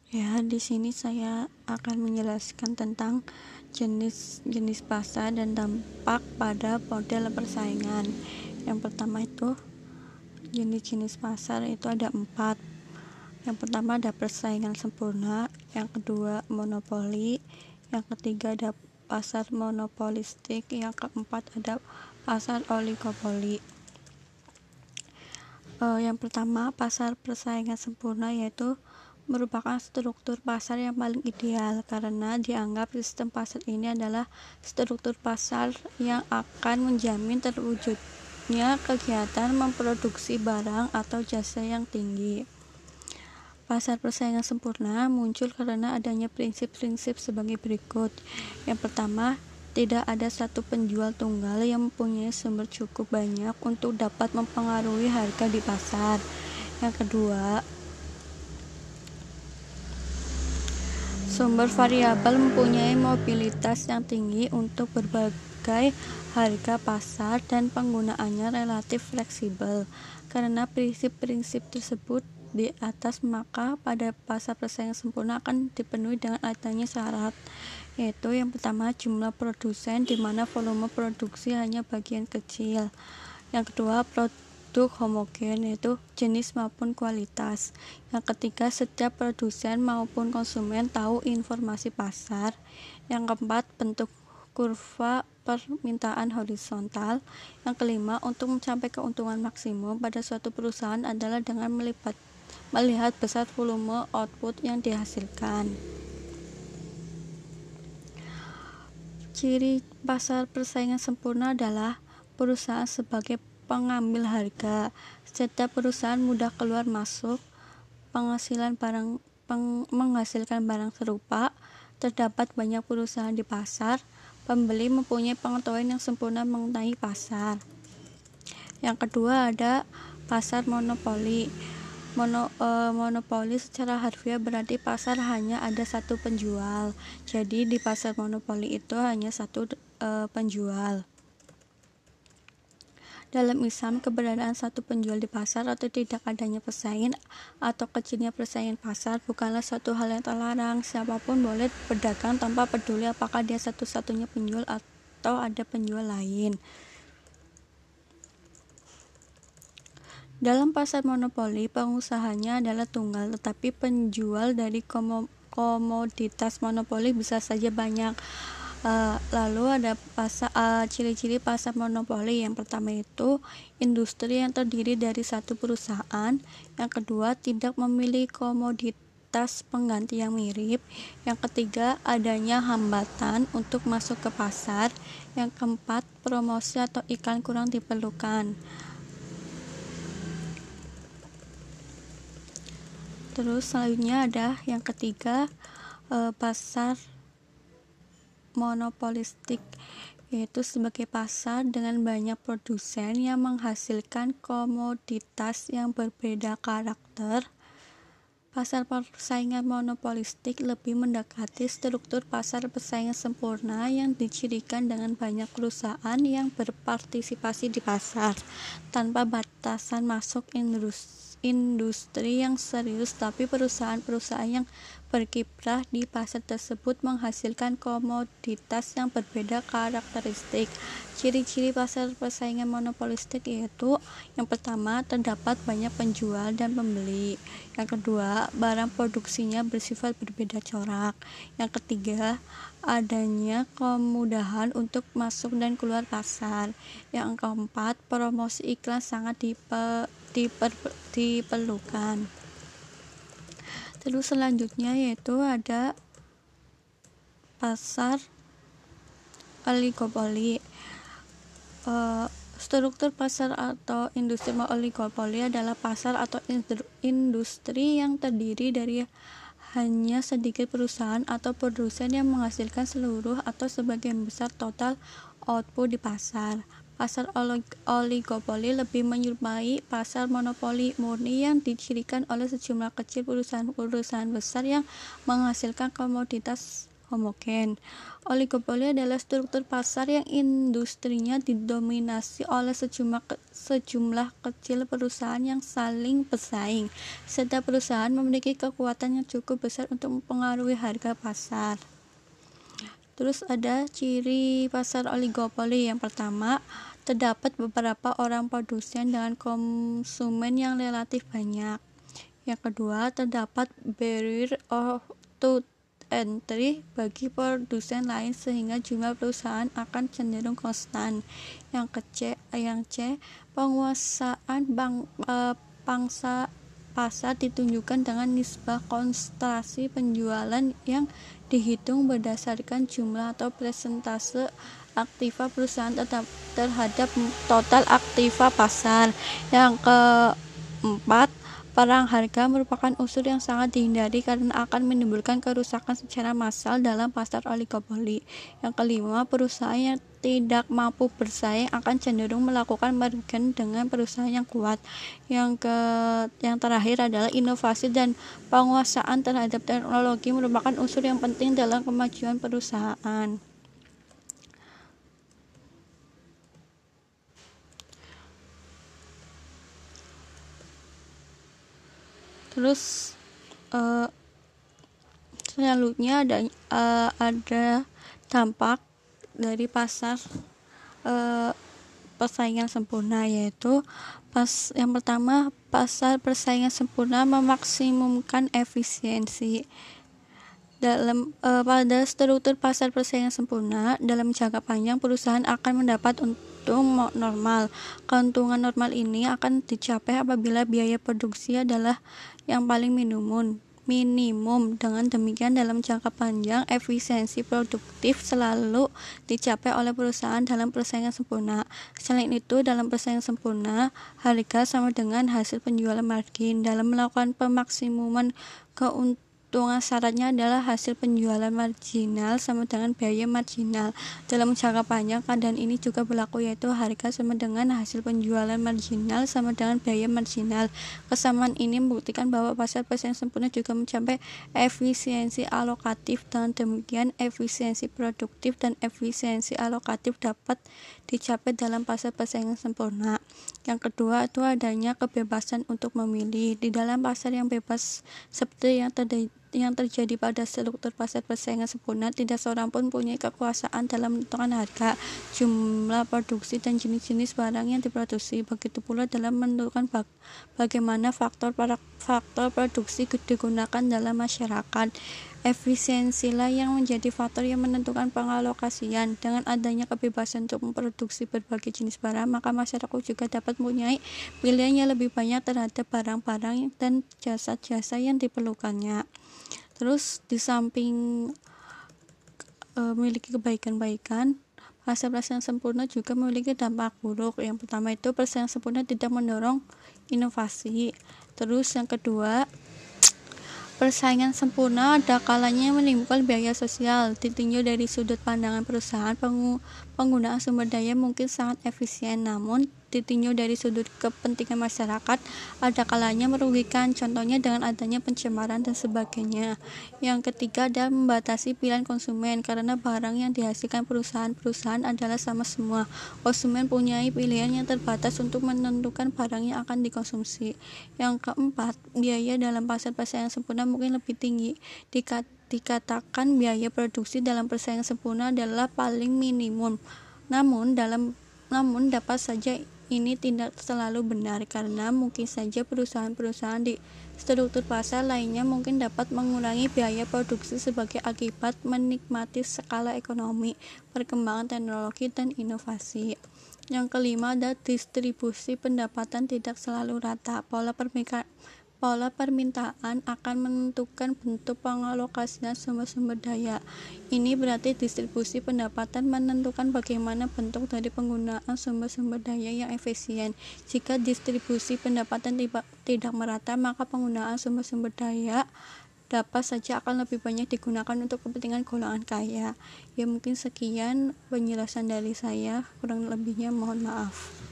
Ya, di sini saya akan menjelaskan tentang jenis-jenis pasar dan dampak pada model persaingan. Yang pertama itu jenis-jenis pasar itu ada 4. Yang pertama ada persaingan sempurna, yang kedua monopoli, yang ketiga ada pasar monopolistik, yang keempat ada pasar oligopoli. Yang pertama, pasar persaingan sempurna yaitu merupakan struktur pasar yang paling ideal karena dianggap sistem pasar ini adalah struktur pasar yang akan menjamin terwujudnya kegiatan memproduksi barang atau jasa yang tinggi. Pasar persaingan sempurna muncul karena adanya prinsip-prinsip sebagai berikut. Yang pertama, tidak ada satu penjual tunggal yang mempunyai sumber cukup banyak untuk dapat mempengaruhi harga di pasar. Yang kedua, sumber variabel mempunyai mobilitas yang tinggi untuk berbagai harga pasar dan penggunaannya relatif fleksibel. Karena prinsip-prinsip tersebut di atas, maka pada pasar persaingan sempurna akan dipenuhi dengan adanya syarat, yaitu yang pertama jumlah produsen di mana volume produksi hanya bagian kecil. Yang kedua, produk homogen yaitu jenis maupun kualitas. Yang ketiga, setiap produsen maupun konsumen tahu informasi pasar. Yang keempat, bentuk kurva permintaan horizontal. Yang kelima, untuk mencapai keuntungan maksimum pada suatu perusahaan adalah dengan melihat besar volume output yang dihasilkan. Ciri pasar persaingan sempurna adalah perusahaan sebagai pengambil harga. Setiap perusahaan mudah keluar masuk, menghasilkan barang serupa, terdapat banyak perusahaan di pasar, pembeli mempunyai pengetahuan yang sempurna mengenai pasar. Yang kedua ada pasar monopoli. Monopoli secara harfiah berarti pasar hanya ada satu penjual. Jadi di pasar monopoli itu hanya satu penjual. Dalam Islam, keberadaan satu penjual di pasar atau tidak adanya persaingan atau kecilnya persaingan pasar bukanlah suatu hal yang terlarang. Siapapun boleh berdagang tanpa peduli apakah dia satu-satunya penjual atau ada penjual lain. Dalam pasar monopoli, pengusahanya adalah tunggal, tetapi penjual dari komoditas monopoli bisa saja banyak. Lalu ada ciri-ciri pasar monopoli. Yang pertama itu industri yang terdiri dari satu perusahaan. Yang kedua, tidak memiliki komoditas pengganti yang mirip. Yang ketiga, adanya hambatan untuk masuk ke pasar. Yang keempat, promosi atau iklan kurang diperlukan. Terus selanjutnya ada yang ketiga, pasar monopolistik, yaitu sebagai pasar dengan banyak produsen yang menghasilkan komoditas yang berbeda karakter. Pasar persaingan monopolistik lebih mendekati struktur pasar persaingan sempurna yang dicirikan dengan banyak perusahaan yang berpartisipasi di pasar tanpa batasan masuk industri yang serius, tapi perusahaan-perusahaan yang berkiprah di pasar tersebut menghasilkan komoditas yang berbeda karakteristik. Ciri-ciri pasar persaingan monopolistik yaitu yang pertama, terdapat banyak penjual dan pembeli. Yang kedua, barang produksinya bersifat berbeda corak. Yang ketiga, adanya kemudahan untuk masuk dan keluar pasar. Yang keempat, promosi iklan sangat diperlukan. Terus selanjutnya yaitu ada pasar oligopoli. Struktur pasar atau industri oligopoli adalah pasar atau industri yang terdiri dari hanya sedikit perusahaan atau produsen yang menghasilkan seluruh atau sebagian besar total output di pasar. Pasar oligopoli lebih menyerupai pasar monopoli murni yang dicirikan oleh sejumlah kecil perusahaan-perusahaan besar yang menghasilkan komoditas homogen. Oligopoli adalah struktur pasar yang industrinya didominasi oleh sejumlah kecil perusahaan yang saling bersaing. Setiap perusahaan memiliki kekuatan yang cukup besar untuk mempengaruhi harga pasar. Terus ada ciri pasar oligopoli. Yang pertama, terdapat beberapa orang produsen dengan konsumen yang relatif banyak. Yang kedua, terdapat barrier to entry bagi produsen lain sehingga jumlah perusahaan akan cenderung konstan. Yang C, penguasaan pangsa pasar ditunjukkan dengan nisbah konsentrasi penjualan yang dihitung berdasarkan jumlah atau persentase aktiva perusahaan terhadap total aktiva pasar. Yang keempat, perang harga merupakan unsur yang sangat dihindari karena akan menimbulkan kerusakan secara massal dalam pasar oligopoli. Yang kelima, perusahaan yang tidak mampu bersaing akan cenderung melakukan merger dengan perusahaan yang kuat. Yang terakhir adalah inovasi dan penguasaan terhadap teknologi merupakan unsur yang penting dalam kemajuan perusahaan. Terus selanjutnya ada dampak dari pasar persaingan sempurna, yaitu yang pertama, pasar persaingan sempurna memaksimumkan efisiensi. Pada struktur pasar persaingan sempurna, dalam jangka panjang perusahaan akan mendapat untung normal. Keuntungan normal ini akan dicapai apabila biaya produksi adalah yang paling minimum. Dengan demikian, dalam jangka panjang, efisiensi produktif selalu dicapai oleh perusahaan dalam persaingan sempurna. Selain itu, dalam persaingan sempurna, harga sama dengan hasil penjualan margin. Dalam melakukan pemaksimuman keuntungan, syaratnya adalah hasil penjualan marginal sama dengan biaya marginal. Dalam jangka panjang, keadaan ini juga berlaku, yaitu harga sama dengan hasil penjualan marginal sama dengan biaya marginal. Kesamaan ini membuktikan bahwa pasar persaingan sempurna juga mencapai efisiensi alokatif. Dengan demikian, efisiensi produktif dan efisiensi alokatif dapat dicapai dalam pasar persaingan sempurna. Yang kedua, itu adanya kebebasan untuk memilih. Di dalam pasar yang bebas seperti yang terjadi pada struktur pasar persaingan sempurna, tidak seorang pun punya kekuasaan dalam menentukan harga, jumlah produksi, dan jenis-jenis barang yang diproduksi. Begitu pula dalam menentukan bagaimana faktor produksi digunakan dalam masyarakat. Efisiensilah yang menjadi faktor yang menentukan pengalokasian. Dengan adanya kebebasan untuk memproduksi berbagai jenis barang, maka masyarakat juga dapat mempunyai pilihan yang lebih banyak terhadap barang-barang dan jasa-jasa yang diperlukannya. Terus di samping memiliki kebaikan-baikan, pasar persaingan sempurna juga memiliki dampak buruk. Yang pertama itu, persaingan sempurna tidak mendorong inovasi. Terus yang kedua, persaingan sempurna ada kalanya menimbulkan biaya sosial. Ditinjau dari sudut pandangan perusahaan, penggunaan sumber daya mungkin sangat efisien, namun ditinjau dari sudut kepentingan masyarakat, ada kalanya merugikan, contohnya dengan adanya pencemaran dan sebagainya. Yang ketiga, ada membatasi pilihan konsumen, karena barang yang dihasilkan perusahaan adalah sama semua. Konsumen punya pilihan yang terbatas untuk menentukan barang yang akan dikonsumsi. Yang keempat, biaya dalam pasar persaingan sempurna mungkin lebih tinggi. Dikatakan biaya produksi dalam persaingan sempurna adalah paling minimum. Namun dapat saja ini tidak selalu benar, karena mungkin saja perusahaan-perusahaan di struktur pasar lainnya mungkin dapat mengurangi biaya produksi sebagai akibat menikmati skala ekonomi, perkembangan teknologi, dan inovasi. Yang kelima, ada distribusi pendapatan tidak selalu rata. Pola permintaan akan menentukan bentuk pengalokasian sumber-sumber daya. Ini berarti distribusi pendapatan menentukan bagaimana bentuk dari penggunaan sumber-sumber daya yang efisien. Jika distribusi pendapatan tidak merata, maka penggunaan sumber-sumber daya dapat saja akan lebih banyak digunakan untuk kepentingan golongan kaya. Ya, mungkin sekian penjelasan dari saya, kurang lebihnya mohon maaf.